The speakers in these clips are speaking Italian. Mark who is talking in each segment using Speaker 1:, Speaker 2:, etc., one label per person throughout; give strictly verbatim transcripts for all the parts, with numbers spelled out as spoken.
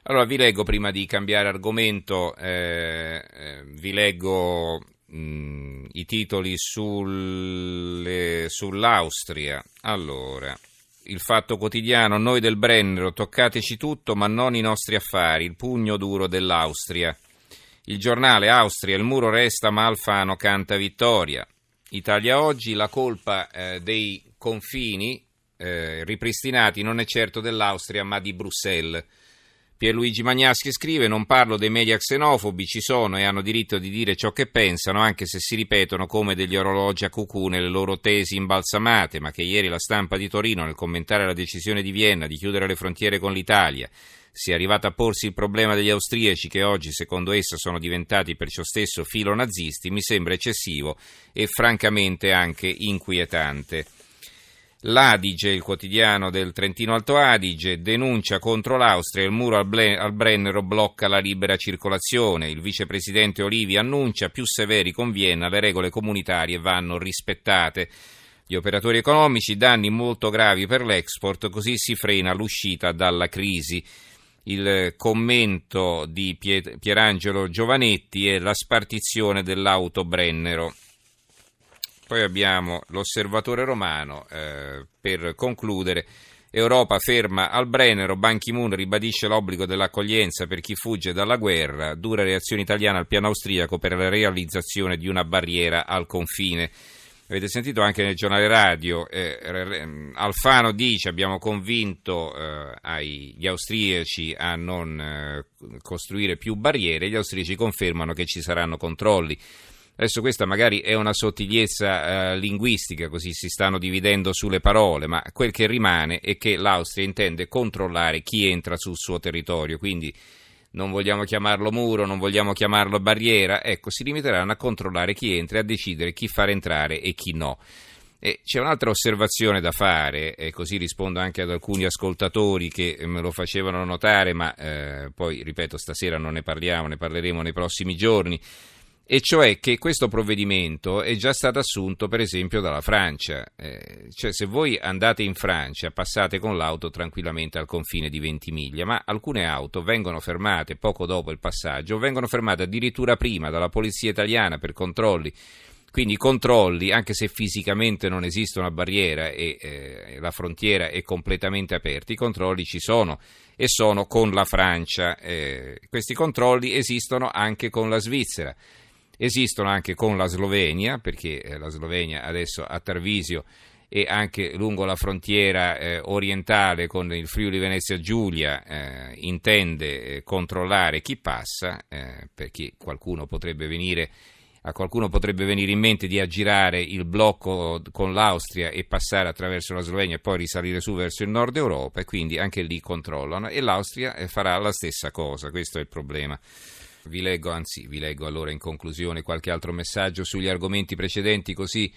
Speaker 1: Allora, vi leggo prima di cambiare argomento, eh, eh, vi leggo mh, i titoli sulle, sull'Austria. Allora, il Fatto Quotidiano, noi del Brennero, toccateci tutto ma non i nostri affari, il pugno duro dell'Austria. Il Giornale, Austria, il muro resta ma Alfano canta vittoria. Italia Oggi, la colpa eh, dei confini eh, ripristinati non è certo dell'Austria ma di Bruxelles. Pierluigi Magnaschi scrive: non parlo dei media xenofobi, ci sono e hanno diritto di dire ciò che pensano, anche se si ripetono come degli orologi a cucù nelle loro tesi imbalsamate, ma che ieri la Stampa di Torino, nel commentare la decisione di Vienna di chiudere le frontiere con l'Italia, sia arrivata a porsi il problema degli austriaci che oggi, secondo essa, sono diventati per ciò stesso filonazisti, mi sembra eccessivo e francamente anche inquietante. L'Adige, il quotidiano del Trentino Alto Adige, denuncia contro l'Austria, il muro al, Ble- al Brennero blocca la libera circolazione, il vicepresidente Olivi annuncia più severi con Vienna, le regole comunitarie vanno rispettate. Gli operatori economici, danni molto gravi per l'export, così si frena l'uscita dalla crisi. Il commento di Piet- Pierangelo Giovanetti è la spartizione dell'auto Brennero. Poi abbiamo l'Osservatore Romano, eh, per concludere, Europa ferma al Brennero, Ban Ki-moon ribadisce l'obbligo dell'accoglienza per chi fugge dalla guerra, dura reazione italiana al piano austriaco per la realizzazione di una barriera al confine. Avete sentito anche nel giornale radio, eh, Alfano dice abbiamo convinto eh, ai, gli austriaci a non eh, costruire più barriere, gli austriaci confermano che ci saranno controlli. Adesso questa magari è una sottigliezza eh, linguistica, così si stanno dividendo sulle parole, ma quel che rimane è che l'Austria intende controllare chi entra sul suo territorio, quindi non vogliamo chiamarlo muro, non vogliamo chiamarlo barriera, ecco, si limiteranno a controllare chi entra e a decidere chi far entrare e chi no. E c'è un'altra osservazione da fare, e così rispondo anche ad alcuni ascoltatori che me lo facevano notare, ma eh, poi, ripeto, stasera non ne parliamo, ne parleremo nei prossimi giorni. E cioè che questo provvedimento è già stato assunto per esempio dalla Francia, eh, cioè se voi andate in Francia passate con l'auto tranquillamente al confine di Ventimiglia, ma alcune auto vengono fermate poco dopo il passaggio, vengono fermate addirittura prima dalla polizia italiana per controlli, quindi controlli anche se fisicamente non esiste una barriera e eh, la frontiera è completamente aperta, i controlli ci sono e sono con la Francia, eh, questi controlli esistono anche con la Svizzera. Esistono anche con la Slovenia, perché la Slovenia adesso a Tarvisio e anche lungo la frontiera eh, orientale con il Friuli Venezia Giulia eh, intende eh, controllare chi passa, eh, perché qualcuno potrebbe venire, a qualcuno potrebbe venire in mente di aggirare il blocco con l'Austria e passare attraverso la Slovenia e poi risalire su verso il nord Europa, e quindi anche lì controllano, e l'Austria eh, farà la stessa cosa, questo è il problema. Vi leggo, anzi vi leggo allora in conclusione qualche altro messaggio sugli argomenti precedenti, così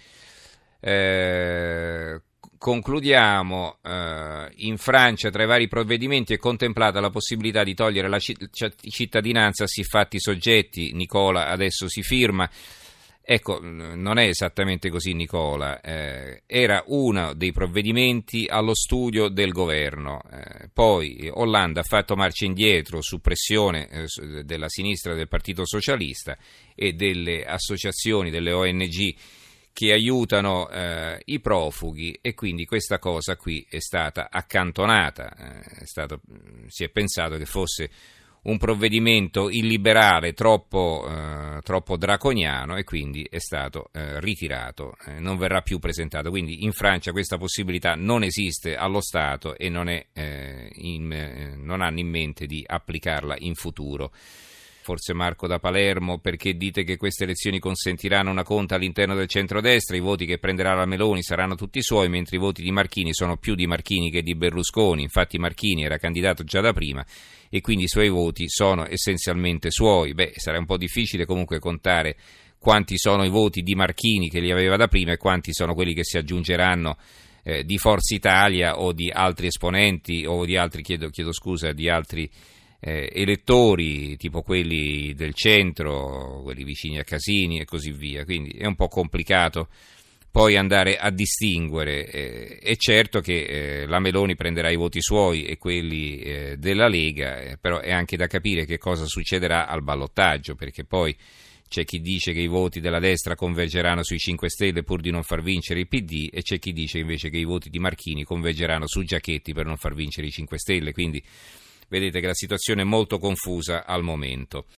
Speaker 1: eh, concludiamo. Eh, in Francia tra i vari provvedimenti è contemplata la possibilità di togliere la cittadinanza a siffatti soggetti. Nicola adesso si firma. Ecco, non è esattamente così, Nicola, eh, era uno dei provvedimenti allo studio del governo, eh, poi Hollande ha fatto marcia indietro su pressione eh, della sinistra del Partito Socialista e delle associazioni, delle O N G che aiutano eh, i profughi, e quindi questa cosa qui è stata accantonata, eh, è stato, si è pensato che fosse un provvedimento illiberale troppo, eh, troppo draconiano, e quindi è stato eh, ritirato, eh, non verrà più presentato. Quindi in Francia questa possibilità non esiste allo Stato e non, è, eh, in, eh, non hanno in mente di applicarla in futuro. Forse Marco da Palermo, perché dite che queste elezioni consentiranno una conta all'interno del centrodestra, i voti che prenderà la Meloni saranno tutti suoi, mentre i voti di Marchini sono più di Marchini che di Berlusconi. Infatti Marchini era candidato già da prima e quindi i suoi voti sono essenzialmente suoi. Beh, sarà un po' difficile comunque contare quanti sono i voti di Marchini che li aveva da prima e quanti sono quelli che si aggiungeranno eh, di Forza Italia o di altri esponenti o di altri, chiedo, chiedo scusa, di altri Eh, elettori tipo quelli del centro, quelli vicini a Casini e così via, quindi è un po' complicato poi andare a distinguere. Eh, è certo che eh, la Meloni prenderà i voti suoi e quelli eh, della Lega, eh, però è anche da capire che cosa succederà al ballottaggio, perché poi c'è chi dice che i voti della destra convergeranno sui cinque Stelle pur di non far vincere il P D, e c'è chi dice invece che i voti di Marchini convergeranno su Giachetti per non far vincere i cinque Stelle, quindi vedete che la situazione è molto confusa al momento.